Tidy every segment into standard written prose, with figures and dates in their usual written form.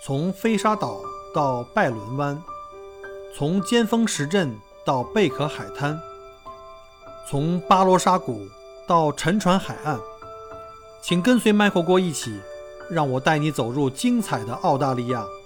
从飞沙岛到拜伦湾，从尖峰石镇到贝壳海滩，从巴罗沙谷到沉船海岸，请跟随麦克郭一起，让我带你走入精彩的澳大利亚。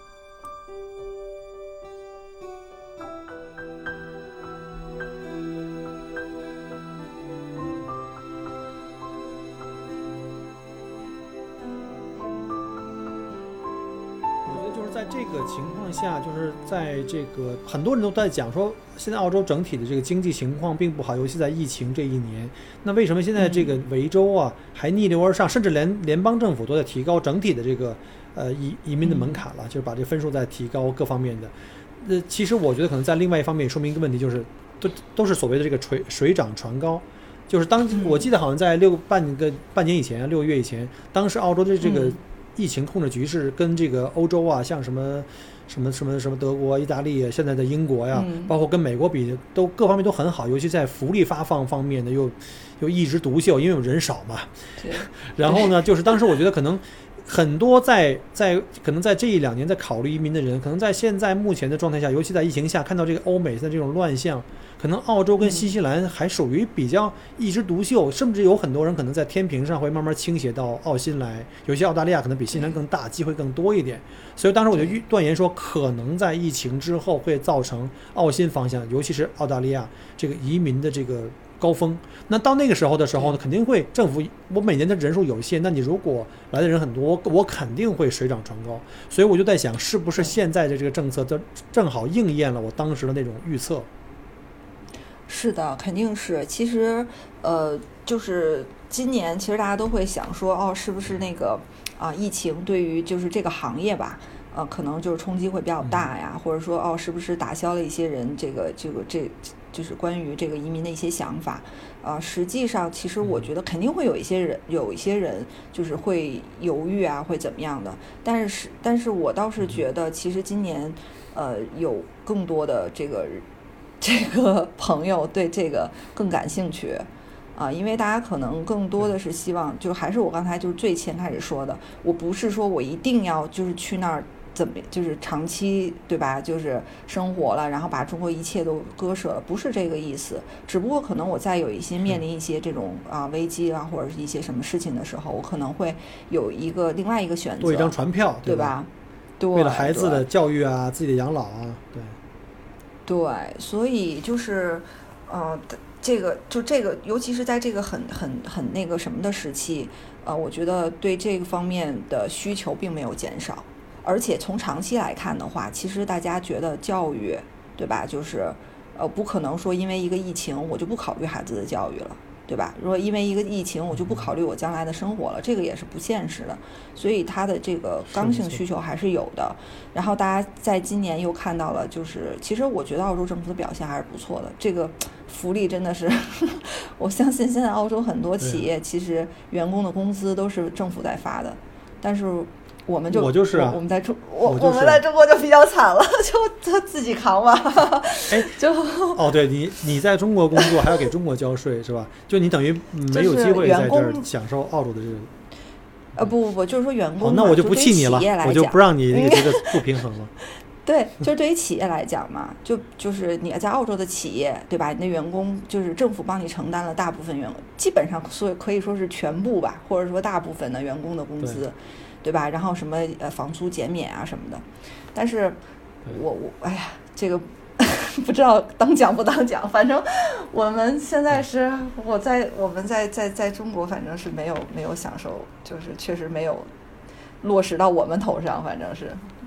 在这个情况下，就是在这个很多人都在讲说，现在澳洲整体的这个经济情况并不好，尤其在疫情这一年。那为什么现在这个维州啊还逆流而上，甚至连联邦政府都在提高整体的这个移民的门槛了，就是把这个分数在提高各方面的。其实我觉得可能在另外一方面也说明一个问题，就是都是所谓的这个水涨船高。就是我记得好像在半年以前，6个月以前，当时澳洲的这个疫情控制局势跟这个欧洲啊，像什么德国、意大利，现在的英国呀，包括跟美国比，都各方面都很好，尤其在福利发放方面呢，又一枝独秀，因为有人少嘛。然后呢，就是当时我觉得可能很多可能在这1-2年在考虑移民的人，可能在现在目前的状态下，尤其在疫情下，看到这个欧美的这种乱象，可能澳洲跟新西兰还属于比较一枝独秀，甚至有很多人可能在天平上会慢慢倾斜到澳新来，有些澳大利亚可能比新西兰更大，机会更多一点。所以当时我就断言说，可能在疫情之后会造成澳新方向，尤其是澳大利亚这个移民的这个高峰。那到那个时候的时候呢，肯定会政府，我每年的人数有限，那你如果来的人很多，我肯定会水涨船高。所以我就在想，是不是现在的这个政策正好应验了我当时的那种预测。 是的，肯定是。其实就是今年其实大家都会想说，是不是那个疫情对于就是这个行业吧，可能就是冲击会比较大呀，或者说是不是打消了一些人这就是关于这个移民的一些想法。实际上其实我觉得肯定会有一些人就是会犹豫啊，会怎么样的。但是我倒是觉得，其实今年有更多的这个朋友对这个更感兴趣因为大家可能更多的是希望，就还是我刚才就是最前开始说的，我不是说我一定要就是去那儿就是长期对吧，就是生活了，然后把中国一切都割舍了，不是这个意思。只不过可能我在有一些面临一些这种危机啊，或者是一些什么事情的时候，我可能会有另外一个选择， 多一张船票， 对吧？对， 为了孩子的教育啊，自己的养老啊， 对，所以就是这个尤其是在这个很那个什么的时期，我觉得对这个方面的需求并没有减少。而且从长期来看的话，其实大家觉得教育，对吧，就是不可能说因为一个疫情我就不考虑孩子的教育了，对吧？如果因为一个疫情我就不考虑我将来的生活了，这个也是不现实的。所以它的这个刚性需求还是有的。然后大家在今年又看到了，就是其实我觉得澳洲政府的表现还是不错的，这个福利真的是我相信现在澳洲很多企业其实员工的工资都是政府在发的，但是我们就我们在中国就比较惨了，就自己扛吧。 对，你在中国工作还要给中国交税是吧？就你等于没有机会在这儿享受澳洲的这个。 不，就是说员工那我就不气你了，我就不让你那个这个不平衡了。 对，就是对于企业来讲嘛，就是你在澳洲的企业，对吧？你的员工就是政府帮你承担了大部分基本上所以可以说是全部吧，或者说大部分的员工的工资。对吧？然后什么房租减免啊什么的，但是我哎呀，这个不知道当讲不当讲，反正我们现在是我们在中国，反正是没有享受，就是确实没有落实到我们头上，反正是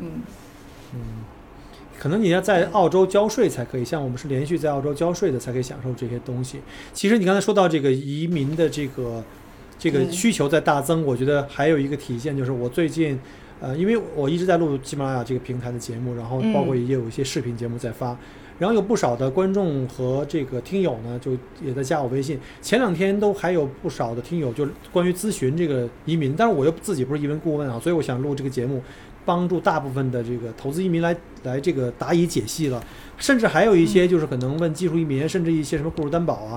可能你要在澳洲交税才可以，像我们是连续在澳洲交税的才可以享受这些东西。其实你刚才说到这个移民的这个需求在大增，我觉得还有一个体现就是我最近因为我一直在录喜马拉雅这个平台的节目，然后包括也有一些视频节目在发，然后有不少的观众和这个听友呢就也在加我微信，前2天都还有不少的听友就关于咨询这个移民，但是我又自己不是移民顾问所以我想录这个节目帮助大部分的这个投资移民来这个答疑解析了，甚至还有一些就是可能问技术移民，甚至一些什么雇主担保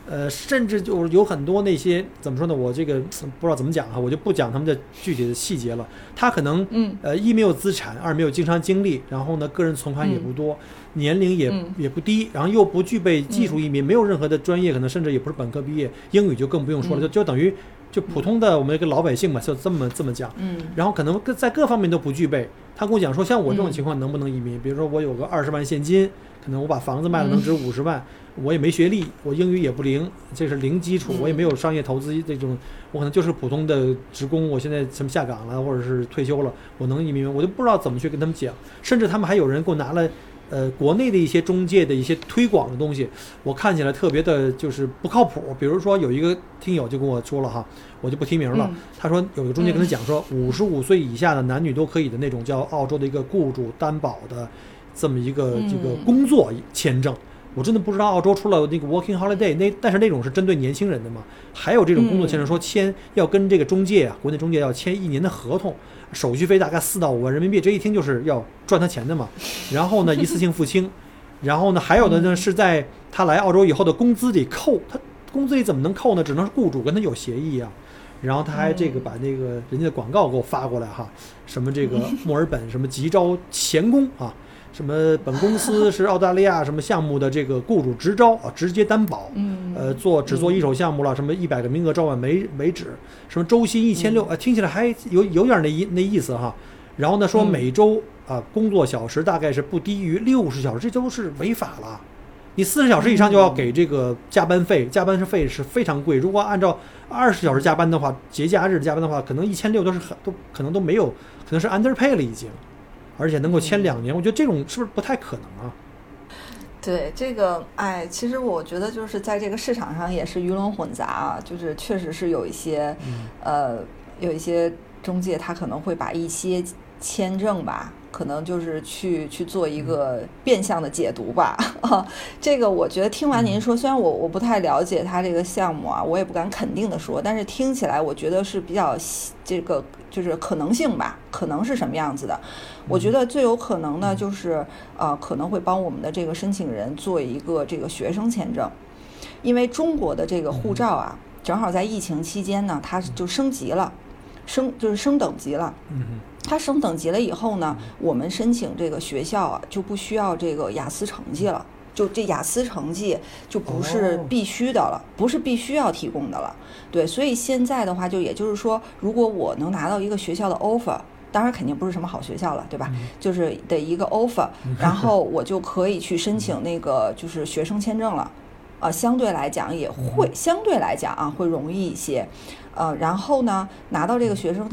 甚至就有很多那些怎么说呢？我这个不知道怎么讲哈，我就不讲他们的具体的细节了。他可能一没有资产，二没有经商经历，然后呢个人存款也不多，年龄也不低，然后又不具备技术移民，没有任何的专业，可能甚至也不是本科毕业，英语就更不用说了，就等于就普通的我们这个老百姓吧，就这么讲。然后可能在各方面都不具备。他跟我讲说，像我这种情况能不能移民？比如说我有个20万现金，可能我把房子卖了能值50万，我也没学历，我英语也不灵，这是零基础，我也没有商业投资这种，我可能就是普通的职工，我现在什么下岗了或者是退休了，我能移民吗？我就不知道怎么去跟他们讲。甚至他们还有人给我拿了国内的一些中介的一些推广的东西，我看起来特别的就是不靠谱。比如说有一个听友就跟我说了哈，我就不提名了，他说有个中介跟他讲说55岁以下的男女都可以的那种叫澳洲的一个雇主担保的这么一个这个工作签证。我真的不知道澳洲出了那个 working holiday， 但是那种是针对年轻人的嘛，还有这种工作签证说要跟这个中介啊，国内中介要签1年的合同，手续费大概4到5万人民币，这一听就是要赚他钱的嘛。然后呢一次性付清，然后呢还有的呢是在他来澳洲以后的工资里扣，他工资里怎么能扣呢？只能是雇主跟他有协议啊。然后他还这个把那个人家的广告给我发过来哈，什么这个墨尔本什么急招钳工啊，什么本公司是澳大利亚什么项目的这个雇主直招啊，直接担保，只做一手项目了，什么100个名额招完为止，什么周薪1600，听起来还有点那意思哈。然后呢说每周工作小时大概是不低于60小时，这都是违法了。你40小时以上就要给这个加班费，加班费是非常贵。如果按照20小时加班的话，节假日加班的话，可能1600都可能都没有，可能是 underpay 了已经，而且能够签2年，我觉得这种是不是不太可能啊？ 对这个，其实我觉得就是在这个市场上也是鱼龙混杂啊，就是确实是有一些，有一些中介他可能会把一些签证吧，可能就是去做一个变相的解读吧。这个我觉得听完您说，虽然我不太了解他这个项目啊，我也不敢肯定的说，但是听起来我觉得是比较这个就是可能性吧，可能是什么样子的。我觉得最有可能呢，就是可能会帮我们的这个申请人做一个这个学生签证，因为中国的这个护照啊，正好在疫情期间呢，它就升级了，就是升等级了。它升等级了以后呢，我们申请这个学校啊，就不需要这个雅思成绩了，就这雅思成绩就不是必须的了，不是必须要提供的了。对，所以现在的话，就也就是说，如果我能拿到一个学校的 offer， 当然肯定不是什么好学校了，对吧？就是的一个 offer， 然后我就可以去申请那个就是学生签证了。相对来讲也会相对来讲啊会容易一些。然后呢，拿到这个学生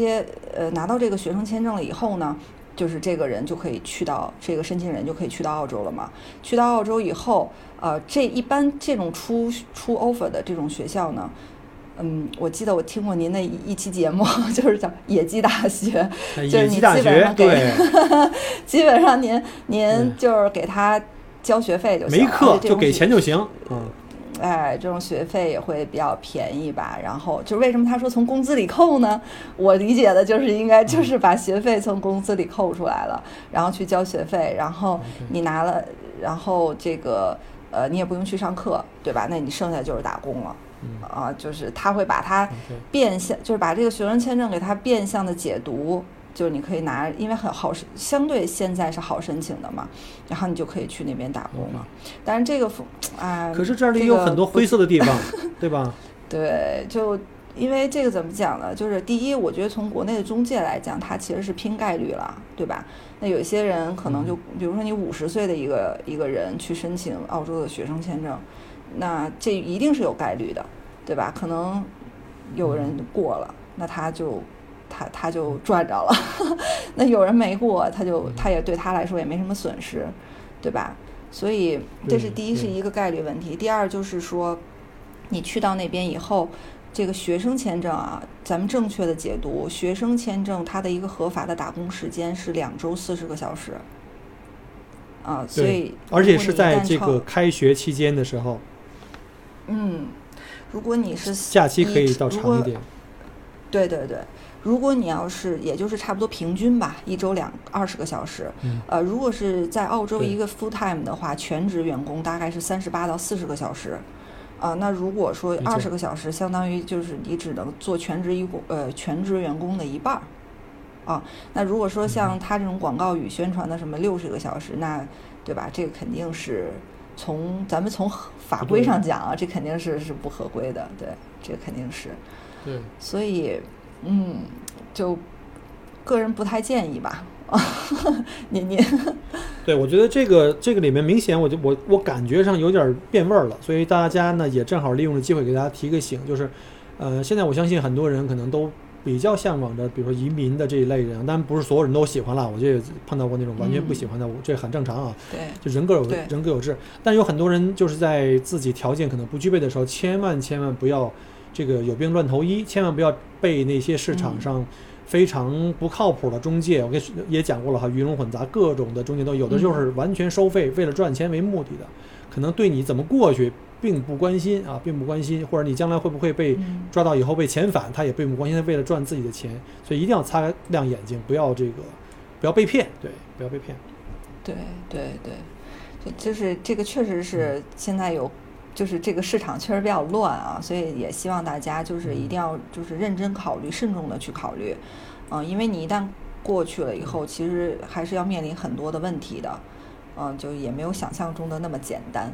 签证了以后呢，就是这个人就可以去到这个申请人就可以去到澳洲了嘛。去到澳洲以后，这一般这种出 offer 的这种学校呢，我记得我听过您的一期节目，就是叫野鸡大学，就是你基本上给基本上您就是给他交学费就行了， 没课就给钱就行。 这种学费也会比较便宜吧。然后就为什么他说从工资里扣呢？我理解的就是应该就是把学费从工资里扣出来了，然后去交学费，然后你拿了，然后这个你也不用去上课，对吧？那你剩下就是打工了。就是他会把它变相，就是把这个学生签证给它变相的解读，就是你可以拿，因为很好，相对现在是好申请的嘛，然后你就可以去那边打工了。但是这个可是这里有很多灰色的地方，对吧？ 对，就因为这个怎么讲呢？就是第一，我觉得从国内的中介来讲，它其实是拼概率了，对吧？那有些人可能就，比如说你50岁的一个人去申请澳洲的学生签证，那这一定是有概率的，对吧？可能有人过了，那他就赚着了。那有人没过，他也对他来说也没什么损失，对吧？所以这是第一，是一个概率问题。第二就是说，你去到那边以后，这个学生签证啊，咱们正确的解读，学生签证它的一个合法的打工时间是2周40个小时。所以而且是在这个开学期间的时候。 如果你是假期可以到长一点。 对，如果你要是也就是差不多平均吧，1周20个小时。如果是在澳洲一个 full time 的话，全职员工大概是38到40个小时。 那如果说没错 20个小时，相当于就是你只能做全职员工的一半儿。那如果说像他这种广告语宣传的什么60个小时，那对吧？这个肯定是咱们从法规上讲啊，这肯定是不合规的，对，这个肯定是。 对， 所以就个人不太建议吧。您对，我觉得这个里面明显我感觉上有点变味儿了，所以大家呢也正好利用这机会给大家提个醒，就是现在我相信很多人可能都比较向往着比如说移民的这一类人，当然不是所有人都喜欢了，我就碰到过那种完全不喜欢的，这很正常啊。 对， 就人各有志，但有很多人就是在自己条件可能不具备的时候，千万不要这个有病乱投医，千万不要被那些市场上非常不靠谱的中介，我也讲过了哈，鱼龙混杂，各种的中介都有的，就是完全收费，为了赚钱为目的的，可能对你怎么过去并不关心，或者你将来会不会被抓到以后被遣返，他也并不关心，他为了赚自己的钱，所以一定要擦亮眼睛，不要被骗，对，不要被骗。 对，就是这个确实是现在就是这个市场确实比较乱啊，所以也希望大家就是一定要就是认真考虑，慎重的去考虑，因为你一旦过去了以后，其实还是要面临很多的问题的，就也没有想象中的那么简单。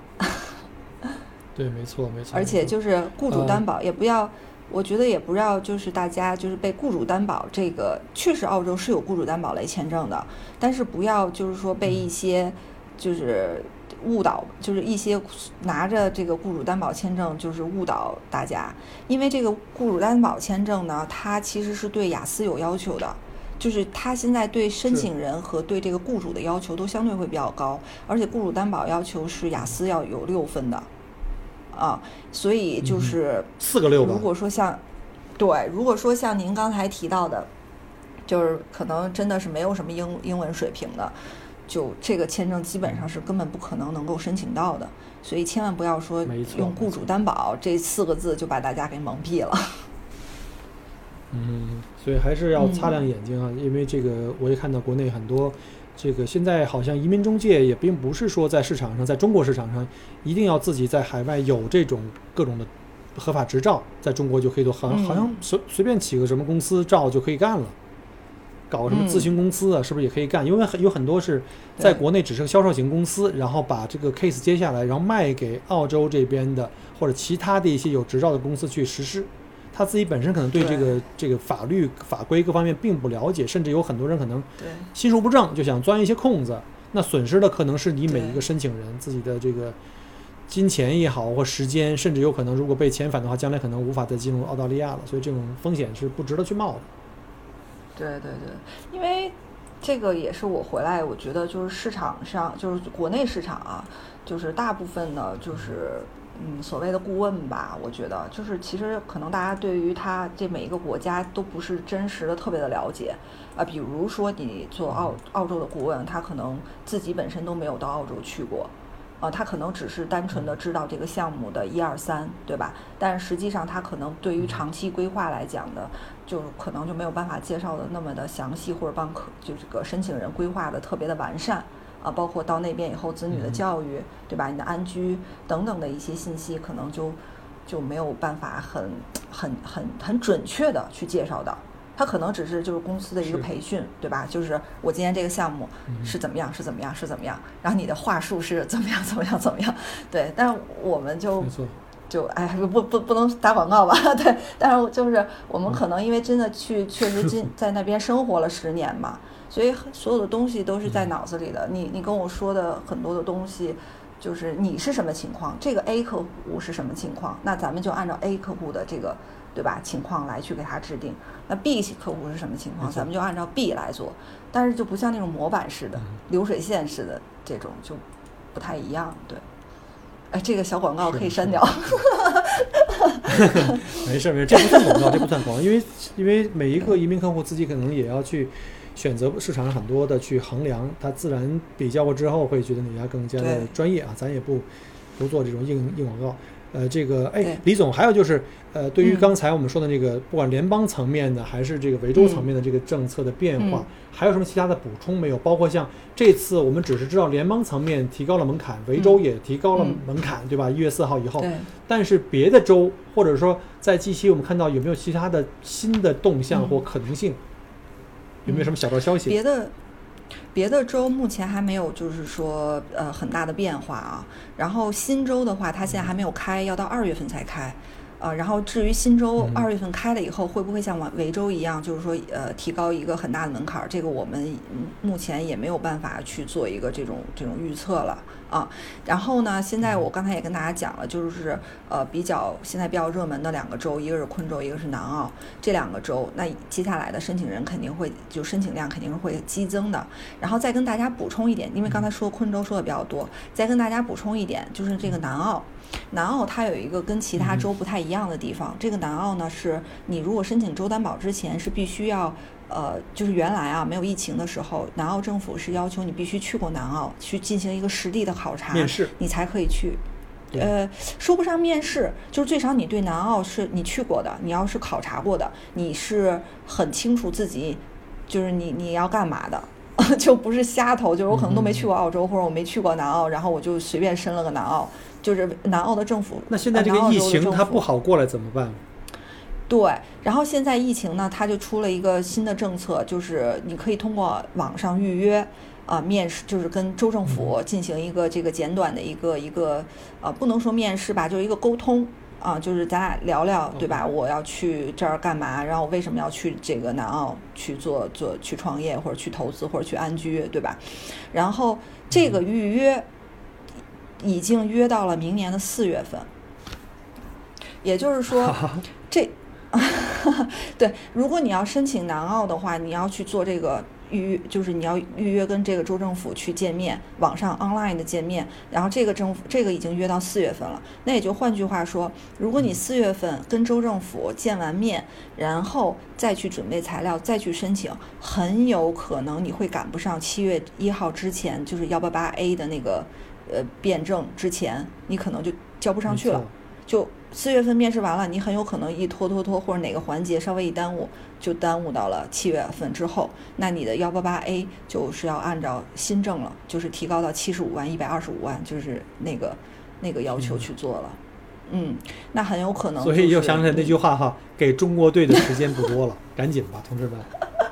对，没错。 而且就是雇主担保也不要，我觉得也不要就是大家就是被雇主担保这个，确实澳洲是有雇主担保类签证的，但是不要就是说被一些就是误导，就是一些拿着这个雇主担保签证就是误导大家，因为这个雇主担保签证呢，它其实是对雅思有要求的，就是它现在对申请人和对这个雇主的要求都相对会比较高，而且雇主担保要求是雅思要有6分的所以就是 4个6吧。 如果说像您刚才提到的，就是可能真的是没有什么英文水平的，就这个签证基本上是根本不可能能够申请到的，所以千万不要说用雇主担保这4个字就把大家给蒙蔽了。 所以还是要擦亮眼睛啊，因为这个我也看到国内很多这个现在好像移民中介也并不是说在市场上，在中国市场上一定要自己在海外有这种各种的合法执照，在中国就可以做，好像随便起个什么公司照就可以干了，搞什么咨询公司是不是也可以干？因为有很多是在国内只是个销售型公司，然后把这个 case 接下来，然后卖给澳洲这边的或者其他的一些有执照的公司去实施。他自己本身可能对这个法律法规各方面并不了解，甚至有很多人可能心术不正，就想钻一些空子，那损失的可能是你每一个申请人自己的这个金钱也好或时间，甚至有可能如果被遣返的话，将来可能无法再进入澳大利亚了，所以这种风险是不值得去冒的。 对，因为这个也是我回来我觉得就是市场上就是国内市场啊，就是大部分呢就是所谓的顾问吧，我觉得就是其实可能大家对于他这每一个国家都不是真实的特别的了解比如说你做澳洲的顾问，他可能自己本身都没有到澳洲去过他可能只是单纯的知道这个项目的1、2、3，对吧？但实际上他可能对于长期规划来讲的，就可能就没有办法介绍的那么的详细，或者就这个申请人规划的特别的完善包括到那边以后子女的教育，对吧？你的安居等等的一些信息，可能就没有办法很准确的去介绍到。他可能只是就是公司的一个培训，对吧？就是我今天这个项目是怎么样，然后你的话术是怎么样，对。但是我们就不能打广告吧，对。但是就是我们可能因为真的确实在那边生活了10年嘛，所以所有的东西都是在脑子里的。你跟我说的很多的东西，就是你是什么情况，这个 A 客户是什么情况，那咱们就按照 A 客户的这个对吧情况来去给他制定。那 B 客户是什么情况，咱们就按照 B 来做。但是就不像那种模板式的、流水线式的这种就不太一样，对。这个小广告可以删掉。 没事，这不算广告，因为每一个移民客户自己可能也要去选择市场上很多的去衡量，他自然比较过之后会觉得哪家更加的专业咱也不做这种硬广告。 这个对李总，还有就是对于刚才我们说的这个，不管联邦层面的还是这个维州层面的这个政策的变化，还有什么其他的补充没有？包括像这次我们只是知道联邦层面提高了门槛，维州也提高了门槛，对吧？1月4号以后，但是别的州或者说在近期我们看到有没有其他的新的动向或可能性？有没有什么小道消息？ 别的州目前还没有，就是说很大的变化啊。然后新州的话，它现在还没有开，要到2月份才开。然后至于新州2月份开了以后，会不会像维州一样，就是说提高一个很大的门槛，这个我们目前也没有办法去做一个这种预测了啊。然后呢，现在我刚才也跟大家讲了，就是现在比较热门的2个州，一个是昆州，一个是南澳，这2个州，那接下来的申请人肯定会申请量肯定是会激增的。然后再跟大家补充一点，因为刚才说昆州说的比较多，再跟大家补充一点，就是这个南澳它有一个跟其他州不太一样的地方。这个南澳呢，是你如果申请州担保之前是必须要就是原来没有疫情的时候，南澳政府是要求你必须去过南澳去进行一个实地的考察面试， 你才可以去。说不上面试，就是最少你对南澳是你去过的，你要是考察过的，你是很清楚自己就是你要干嘛的。就不是瞎投，就是我可能都没去过澳洲，或者我没去过南澳，然后我就随便申了个南澳，就是南澳的政府。 那现在这个疫情它不好过来怎么办？ 对，然后现在疫情呢，它就出了一个新的政策，就是你可以通过网上预约面试，就是跟州政府进行一个这个简短的一个不能说面试吧，就是一个沟通。就是咱俩聊聊，对吧？我要去这儿干嘛？然后我为什么要去这个南澳去去创业，或者去投资，或者去安居，对吧？然后这个预约已经约到了明年的4月份，也就是说，对，如果你要申请南澳的话，你要去做这个。就是你要预约跟这个州政府去见面，网上 online 的见面，然后这个已经约到4月份了。那也就换句话说，如果你4月份跟州政府见完面，然后再去准备材料，再去申请，很有可能你会赶不上7月1号之前，就是188A 的那个辩证之前，你可能就交不上去了。就4月份面试完了，你很有可能一拖，或者哪个环节稍微一耽误，就耽误到了7月份之后，那你的188A 就是要按照新政了，就是提高到75万、125万，就是那个要求去做了。那很有可能、 所以又想起来那句话哈，给中国队的时间不多了，赶紧吧，同志们。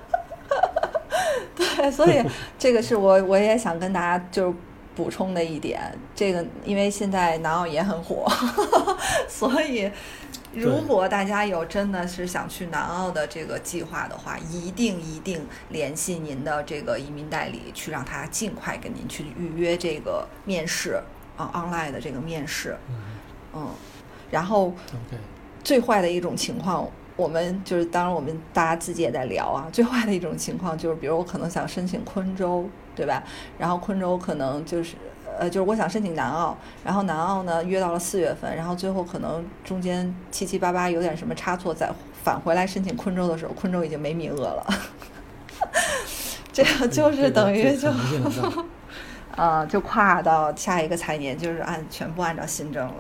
对，所以这个是我也想跟大家就是补充的一点，这个因为现在南澳也很火，所以如果大家有真的是想去南澳的这个计划的话，一定联系您的这个移民代理，去让他尽快跟您去预约这个面试online 的这个面试。然后最坏的一种情况，我们就是当然我们大家自己也在聊最坏的一种情况就是，比如我可能想申请昆州，对吧？然后昆州可能就是就是我想申请南澳，然后南澳呢约到了4月份，然后最后可能中间七七八八有点什么差错，再返回来申请昆州的时候，昆州已经没名额了。这个就是等于就就跨到下一个财年，就是全部按照新政了。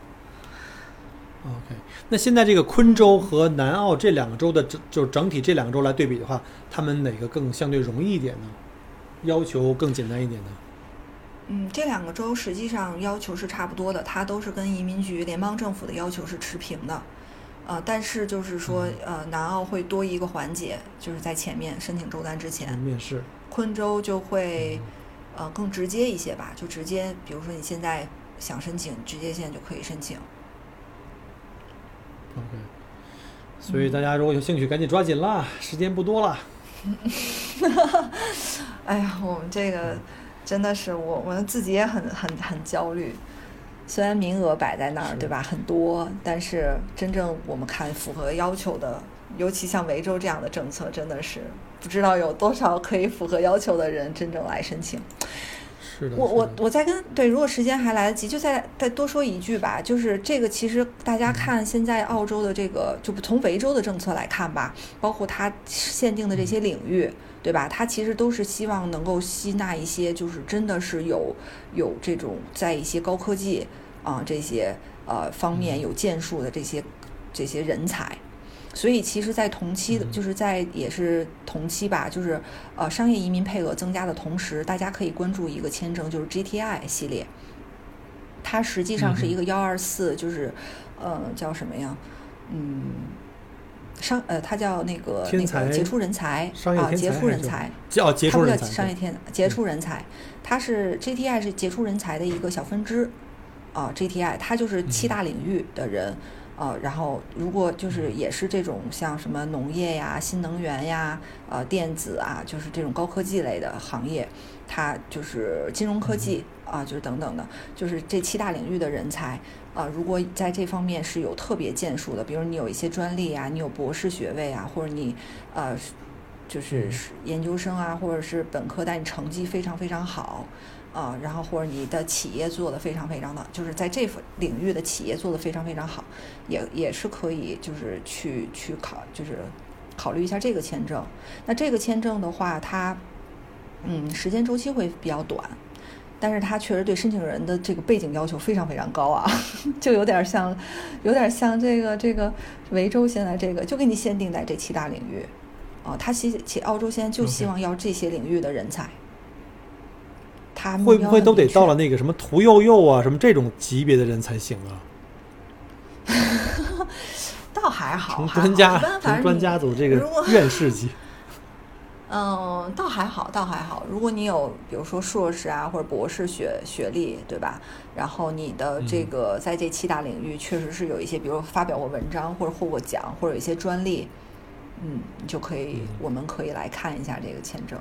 OK， 那现在这个昆州和南澳这2个州的，就是整体这2个州来对比的话，他们哪个更相对容易一点呢？要求更简单一点呢？ 这2个州实际上要求是差不多的，它都是跟移民局、联邦政府的要求是持平的。但是就是说，南澳会多一个环节，就是在前面申请州单之前面试。 昆州就会更直接一些吧，就直接，比如说你现在想申请，直接现在就可以申请。 OK， 所以大家如果有兴趣，赶紧抓紧啦，时间不多了。 哎呀，我们这个真的是我们自己也很焦虑。虽然名额摆在那儿，对吧？很多，但是真正我们看符合要求的，尤其像维州这样的政策，真的是不知道有多少可以符合要求的人真正来申请。 是的， 我再如果时间还来得及，就再多说一句吧，就是这个其实大家看现在澳洲的这个，就从维州的政策来看吧，包括它限定的这些领域，对吧？它其实都是希望能够吸纳一些，就是真的是有这种在一些高科技这些方面有建树的这些人才。所以其实在同期的就是也是同期吧，就是商业移民配额增加的同时，大家可以关注一个签证，就是 GTI 系列，它实际上是一个124，就是叫什么呀？它叫那个杰出人才杰出人才， 叫杰出人才， 商业杰出人才，它是 GTI 是杰出人才的一个小分支GTI 它就是7大领域的人。然后如果就是也是这种像什么农业呀、新能源呀、电子啊，就是这种高科技类的行业，它就是金融科技就是等等的，就是这7大领域的人才如果在这方面是有特别建树的，比如你有一些专利啊，你有博士学位啊，或者你就是研究生啊，或者是本科，但你成绩非常非常好。然后或者你的企业做得非常非常的，就是在这领域的企业做得非常非常好，也是可以就是去考虑一下这个签证。那这个签证的话，它时间周期会比较短，但是它确实对申请人的这个背景要求非常非常高啊，就有点像这个维州现在这个就给你限定在这7大领域它澳洲现在就希望要这些领域的人才。 会不会都得到了那个什么屠呦呦啊什么这种级别的人才行啊？ 倒还好， 成专家组这个院士级。 倒还好。如果你有比如说硕士啊或者博士学历，对吧？然后你的这个在这7大领域确实是有一些，比如发表过文章或者获过奖或者有一些专利，你就可以，我们可以来看一下这个签证。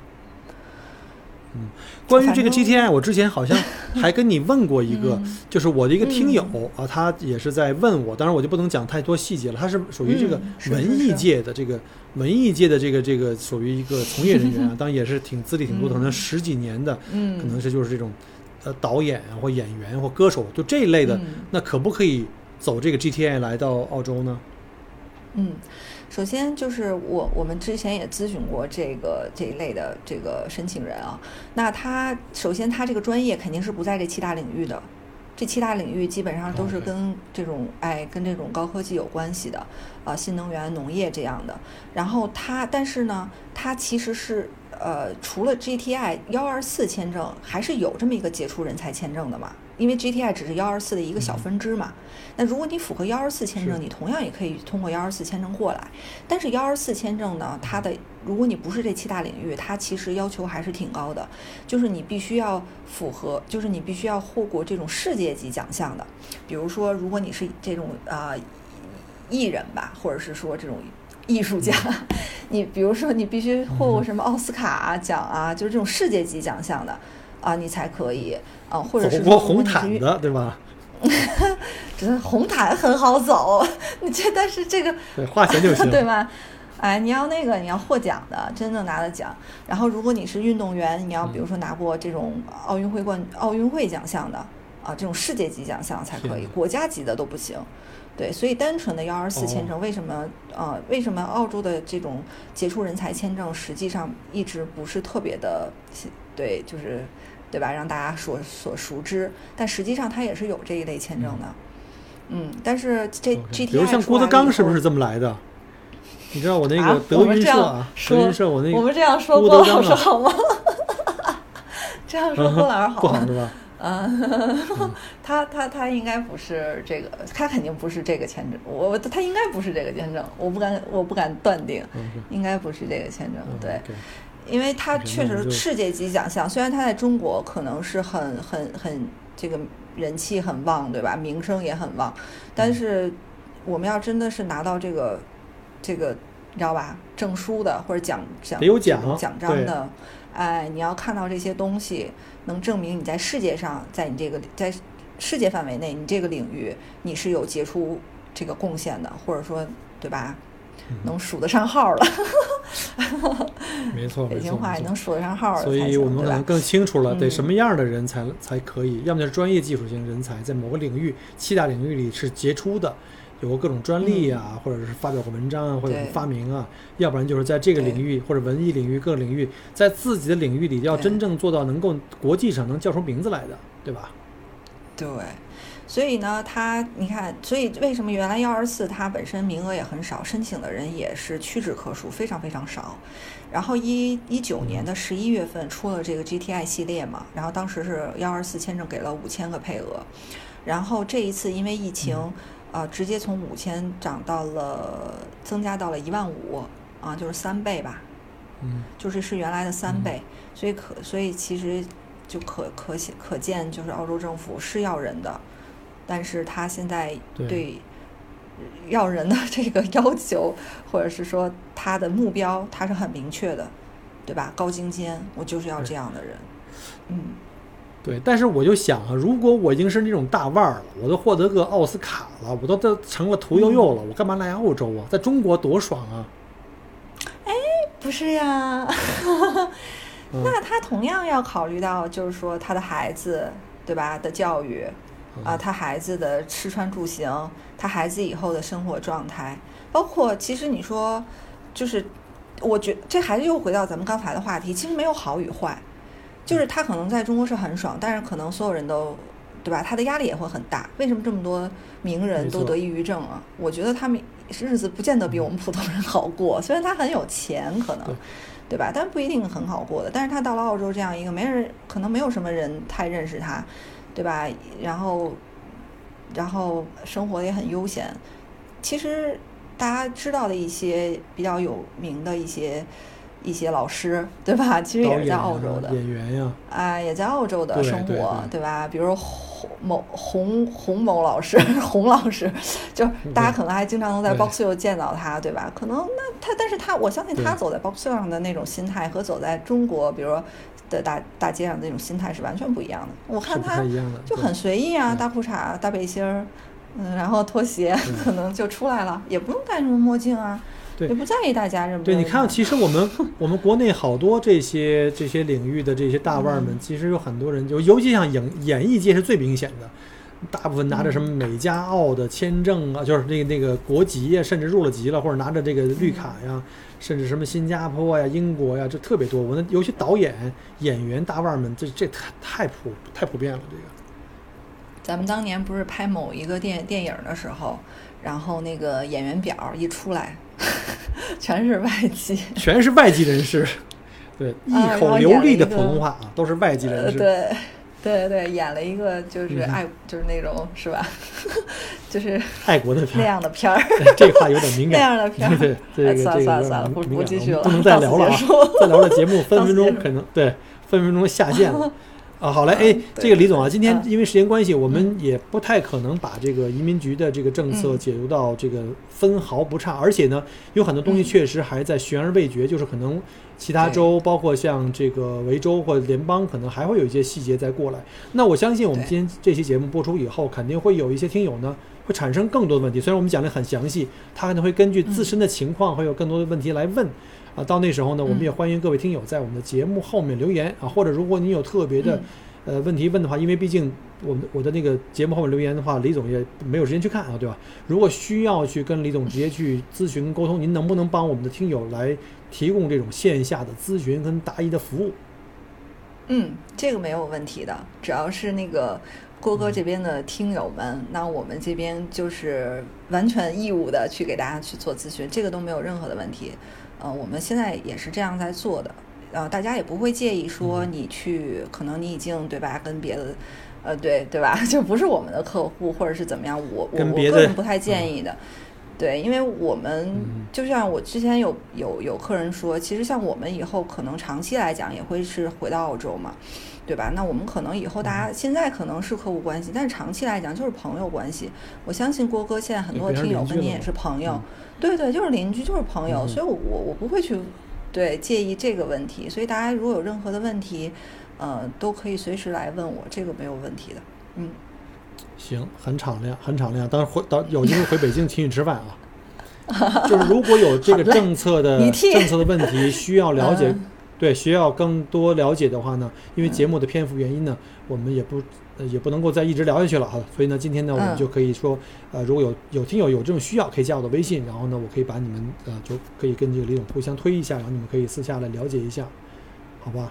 关于这个 GTI 我之前好像还跟你问过一个就是我的一个听友他也是在问我，当然我就不能讲太多细节了，他是属于这个文艺界的这个属于一个从业人员当然也是挺资历挺多，可能10几年的可能是就是这种导演或演员或歌手就这一类的那可不可以走这个 GTI 来到澳洲呢？ 首先就是我们之前也咨询过这一类的这个申请人那首先他这个专业肯定是不在这7大领域的，这7大领域基本上都是跟这种高科技有关系的新能源、农业这样的。然后但是呢，他其实是除了 GTI 124签证，还是有这么一个杰出人才签证的嘛。因为 GTI 只是124的一个小分支嘛，那如果你符合124签证，你同样也可以通过124签证过来。但是124签证呢，如果你不是这7大领域，它其实要求还是挺高的，就是你必须要就是你必须要获过这种世界级奖项的，比如说如果你是这种艺人吧，或者是说这种艺术家，你比如说你必须获过什么奥斯卡奖就是这种世界级奖项的你才可以或者是走过红毯的，对吧？ 这红毯很好走，但是这个对花钱就行， 对吧？你要你要获奖的，真正拿的奖。然后如果你是运动员，你要比如说拿过这种奥运会奖项的这种世界级奖项才可以，国家级的都不行。对，所以单纯的124签证，为什么澳洲的这种杰出人才签证实际上一直不是特别的对，就是对吧？让大家所熟知，但实际上它也是有这一类签证的。但是这 GTI 比如像郭德纲是不是这么来的？你知道我那个德云社德云社我那个我们这样说郭老师好吗？这样说郭老师好吗？ 不好是吧？ 他应该不是这个，他肯定不是这个签证。他应该不是这个签证，我不敢断定，应该不是这个签证。对，因为他确实世界级奖项，虽然他在中国可能是很这个人气很旺，对吧？名声也很旺，但是我们要真的是拿到这个你知道吧？证书的或者奖章的。你要看到这些东西，能证明你在世界上，在世界范围内，你这个领域你是有杰出这个贡献的，或者说，对吧？能数得上号了。 没错， 北京话也能数得上号了。 所以我们可能更清楚了，得什么样的人才可以，要么就是专业技术型人才，在某个领域7大领域里是杰出的。有过各种专利或者是发表过文章或者发明要不然就是在这个领域或者文艺领域各个领域，在自己的领域里要真正做到能够国际上能叫出名字来的，对吧？ 对， 所以呢，你看，所以为什么原来124它本身名额也很少，申请的人也是屈指可数，非常非常少。然后19年的11月份出了这个 GTI 系列嘛，然后当时是124签证给了5000个配额，然后这一次因为疫情，直接从5000增加到了15000啊，就是3倍吧，就是原来的3倍，所以其实就可见，就是澳洲政府是要人的，但是他现在对要人的这个要求，或者是说他的目标，他是很明确的，对吧？高精尖，我就是要这样的人。 对。但是我就想啊，如果我已经是那种大腕了，我都获得个奥斯卡了，我都成了屠呦呦了，我干嘛来澳洲啊？在中国多爽啊！ 哎，不是呀。那他同样要考虑到，就是说他的孩子，对吧？的教育他孩子的吃穿住行，他孩子以后的生活状态，包括其实你说，就是我觉得这还是又回到咱们刚才的话题，其实没有好与坏，就是他可能在中国是很爽，但是可能所有人都，对吧？他的压力也会很大。为什么这么多名人都得抑郁症啊？我觉得他们日子不见得比我们普通人好过，虽然他很有钱，可能。对吧？但不一定很好过的。但是他到了澳洲这样一个可能没有什么人太认识他，对吧？然后生活也很悠闲。其实大家知道的一些比较有名的一些老师，对吧？其实也是在澳洲的演员呀， 也在澳洲的生活，对吧？比如洪某老师，洪老师，就大家可能还经常能在 Box Hill 见到他，对吧？可能但是我相信他走在 Box Hill 上的那种心态和走在中国，比如说的大街上的那种心态是完全不一样的。我看他就很随意啊，大裤衩、大背心儿，然后拖鞋可能就出来了，也不用戴什么墨镜啊。也不在意大家认不认。 对，你看，其实我们国内好多这些领域的这些大腕们，其实有很多人，尤其像演艺界是最明显的，大部分拿着什么美加澳的签证啊，就是那个国籍呀，甚至入了籍了，或者拿着这个绿卡呀，甚至什么新加坡呀、英国呀，这特别多。我尤其导演、演员大腕们，这太普遍了。这个， 咱们当年不是拍某一个电影的时候，然后那个演员表一出来。全是外籍人士，对，一口流利的普通话都是外籍人士。 对，演了一个就是就是那种是吧？就是爱国的片那样的片儿。 这话有点敏感。 那样的片儿， 对， 算了，不继续了， 不能再聊了啊！再聊了节目分钟可能分分钟下线了。好嘞，这个李总啊，今天因为时间关系，我们也不太可能把这个移民局的这个政策解读到这个分毫不差，而且呢，有很多东西确实还在悬而未决，就是可能其他州，包括像这个维州或者联邦，可能还会有一些细节再过来。那我相信我们今天这期节目播出以后，肯定会有一些听友呢会产生更多的问题。虽然我们讲得很详细，他可能会根据自身的情况会有更多的问题来问。到那时候呢，我们也欢迎各位听友在我们的节目后面留言或者如果你有特别的问题问的话，因为毕竟我的那个节目后面留言的话，李总也没有时间去看对吧？如果需要去跟李总直接去咨询跟沟通，您能不能帮我们的听友来提供这种线下的咨询跟答疑的服务？ 这个没有问题的，只要是那个郭哥这边的听友们，那我们这边就是完全义务的去给大家去做咨询，这个都没有任何的问题。我们现在也是这样在做的，大家也不会介意说你去，可能你已经对吧，跟别的，对吧，就不是我们的客户或者是怎么样，我个人不太建议的。对，因为我们就像我之前有客人说，其实像我们以后可能长期来讲也会是回到澳洲嘛，对吧？那我们可能以后大家现在可能是客户关系，但是长期来讲就是朋友关系。我相信郭哥现在很多听友跟您也是朋友，对，就是邻居，就是朋友，所以我不会去介意这个问题。所以大家如果有任何的问题，都可以随时来问我，这个没有问题的。 行，很敞亮。当然有机会回北京请你吃饭啊。就是如果有这个政策的问题需要了解，需要更多了解的话呢，因为节目的篇幅原因呢，我们也不能够再一直聊下去了所以呢，今天呢，我们就可以说，如果有听友有这种需要，可以加我的微信，然后呢，我可以把你们就可以跟这个李总互相推一下，然后你们可以私下来了解一下，好吧？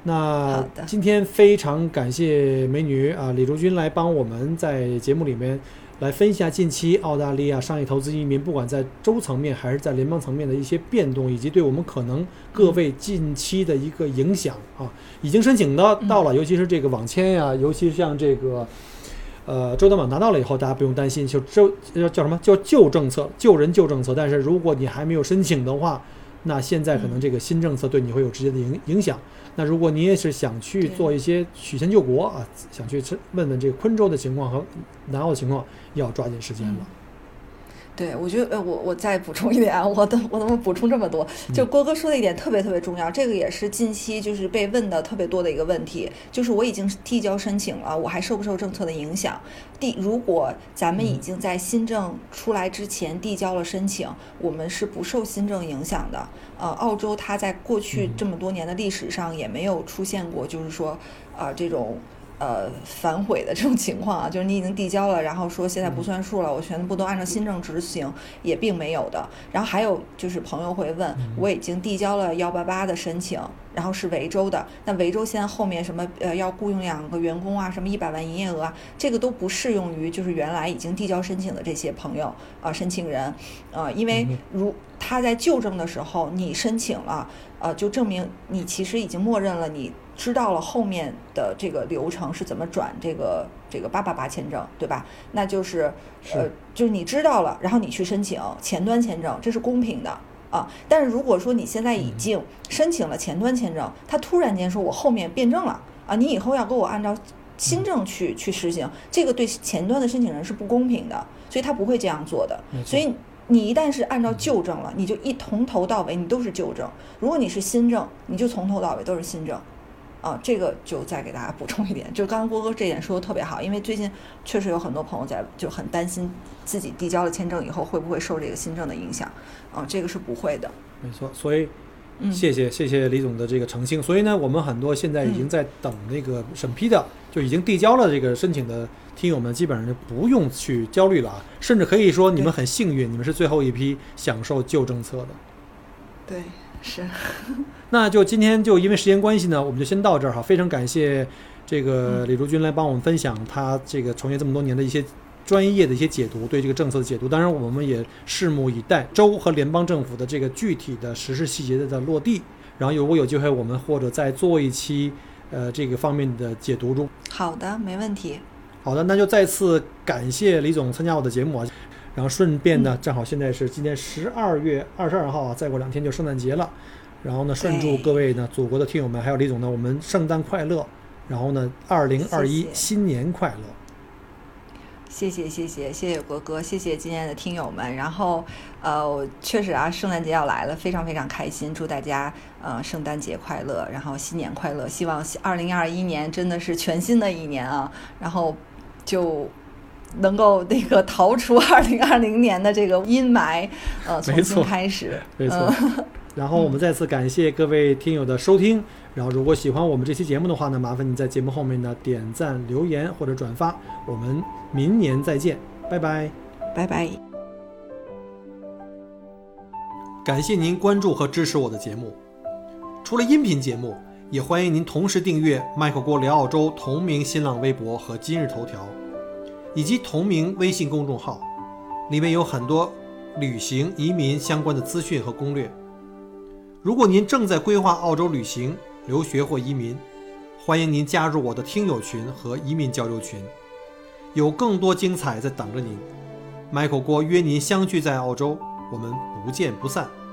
那今天非常感谢美女啊李竹君来帮我们在节目里面来分析近期澳大利亚商业投资移民不管在州层面还是在联邦层面的一些变动，以及对我们可能各位近期的一个影响啊。已经申请到了，尤其是这个网签呀，尤其像这个州担保拿到了以后，大家不用担心，就叫什么叫旧政策、旧人旧政策。但是如果你还没有申请的话，那现在可能这个新政策对你会有直接的影响。那如果你也是想去做一些曲线救国啊，想去问问这个昆州的情况和南澳的情况，要抓紧时间了。 对，我觉得我再补充一点啊，我怎么补充这么多？就郭哥说的一点特别特别重要，这个也是近期就是被问的特别多的一个问题，就是我已经递交申请了，我还受不受政策的影响？如果咱们已经在新政出来之前递交了申请，我们是不受新政影响的。澳洲它在过去这么多年的历史上也没有出现过，就是说这种。反悔的这种情况啊，就是你已经递交了，然后说现在不算数了，我全部都按照新政执行，也并没有的。然后还有就是朋友会问，我已经递交了188的申请，然后是维州的，那维州现在后面什么要雇佣2个员工啊，什么100万营业额啊，这个都不适用于就是原来已经递交申请的这些朋友申请人因为他在旧政的时候你申请了就证明你其实已经默认了你知道了后面的这个流程是怎么转这个888签证，对吧？那就是就是你知道了，然后你去申请前端签证，这是公平的但是如果说你现在已经申请了前端签证，他突然间说我后面变证了你以后要给我按照新政去实行，这个对前端的申请人是不公平的，所以他不会这样做的。所以你一旦是按照旧政了，你就从头到尾你都是旧政；如果你是新政，你就从头到尾都是新政。这个就再给大家补充一点，就刚刚郭哥这点说的特别好，因为最近确实有很多朋友就很担心自己递交了签证以后会不会受这个新政的影响这个是不会的。 没错，所以谢谢李总的这个澄清。所以呢，我们很多现在已经在等那个审批的，就已经递交了这个申请的听友们，基本上就不用去焦虑了甚至可以说你们很幸运，你们是最后一批享受旧政策的。 对，是。 那就今天就因为时间关系呢，我们就先到这儿非常感谢这个李竹君来帮我们分享他这个从业这么多年的一些专业的一些解读，对这个政策的解读。当然我们也拭目以待州和联邦政府的这个具体的实施细节的落地，然后如果有机会我们或者再做一期这个方面的解读中。 好的，没问题。 好的，那就再次感谢李总参加我的节目然后顺便呢正好现在是今天12月22号再过2天就圣诞节了，然后呢顺祝各位呢祖国的听友们还有李总呢我们圣诞快乐，然后呢2021新年快乐。 谢谢郭哥，谢谢今天的听友们。然后确实圣诞节要来了，非常非常开心，祝大家圣诞节快乐，然后新年快乐。希望2021年真的是全新的一年然后就能够那个逃出2020年的这个阴霾重新开始。 没错然后我们再次感谢各位听友的收听，然后如果喜欢我们这期节目的话呢，麻烦你在节目后面呢点赞留言或者转发，我们明年再见，拜拜。感谢您关注和支持我的节目，除了音频节目，也欢迎您同时订阅麦克郭聊澳洲同名新浪微博和今日头条，以及同名微信公众号，里面有很多旅行移民相关的资讯和攻略。如果您正在规划澳洲旅行、留学或移民，欢迎您加入我的听友群和移民交流群，有更多精彩在等着您。Michael 郭约您相聚在澳洲，我们不见不散。